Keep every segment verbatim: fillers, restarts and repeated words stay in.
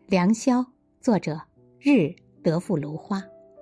良宵，作者日德富芦花。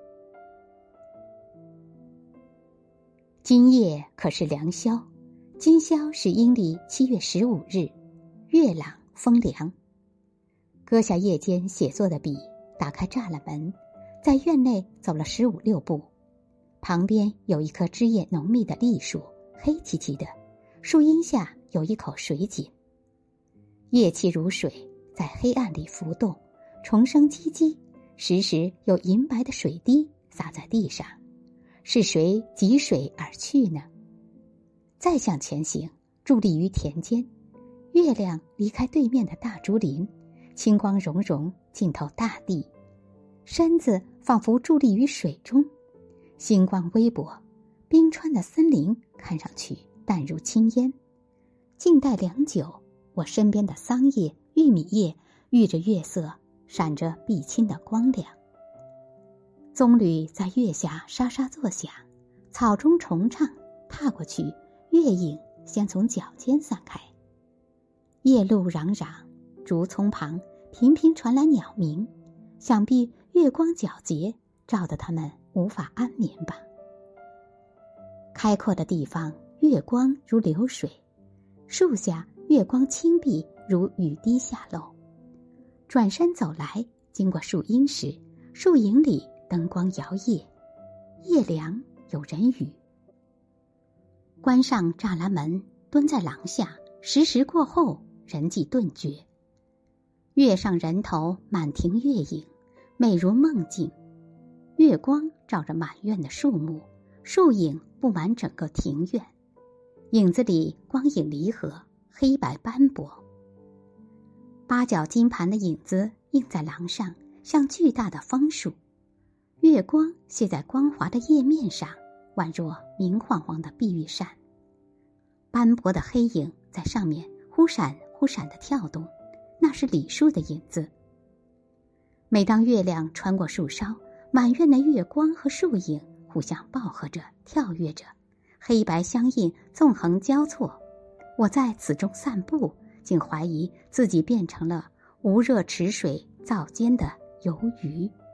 今夜可是良宵，今宵是阴历七月十五日，月朗风凉。搁下夜间写作的笔，打开栅栏门，在院内走了十五六步，旁边有一棵枝叶浓密的栗树，黑漆漆的，树荫下有一口水井，夜气如水，在黑暗里浮动，虫声唧唧，时时有银白的水滴洒在地上，是谁汲水而去呢？再向前行，伫立于田间，月亮离开对面的大竹林，清光融融，浸透大地，身子仿佛伫立于水中，星光微薄，冰川的森林看上去淡如青烟。静待良久，我身边的桑叶、玉米叶遇着月色，闪着碧青的光亮。棕榈在月下沙沙作响，草中虫唱，踏过去，月影先从脚尖散开。夜露攘攘，竹丛旁频频传来鸟鸣，想必月光皎洁，照得他们无法安眠吧。开阔的地方，月光如流水，树下月光清碧如雨滴下漏。转身走来，经过树荫时，树影里灯光摇曳，夜凉有人语。关上栅栏门，蹲在廊下，时时过后，人迹顿绝。月上人头，满庭月影，美如梦境。月光照着满院的树木，树影布满整个庭院，影子里光影离合，黑白斑驳。八角金盘的影子映在廊上，像巨大的枫树，月光泻在光滑的叶面上，宛若明晃晃的碧玉扇。斑驳的黑影在上面忽闪忽闪地跳动，那是李树的影子。每当月亮穿过树梢，满院的月光和树影互相抱合着，跳跃着，黑白相映，纵横交错。我在此中散步，竟怀疑自己变成了无热池水灶间的游鱼。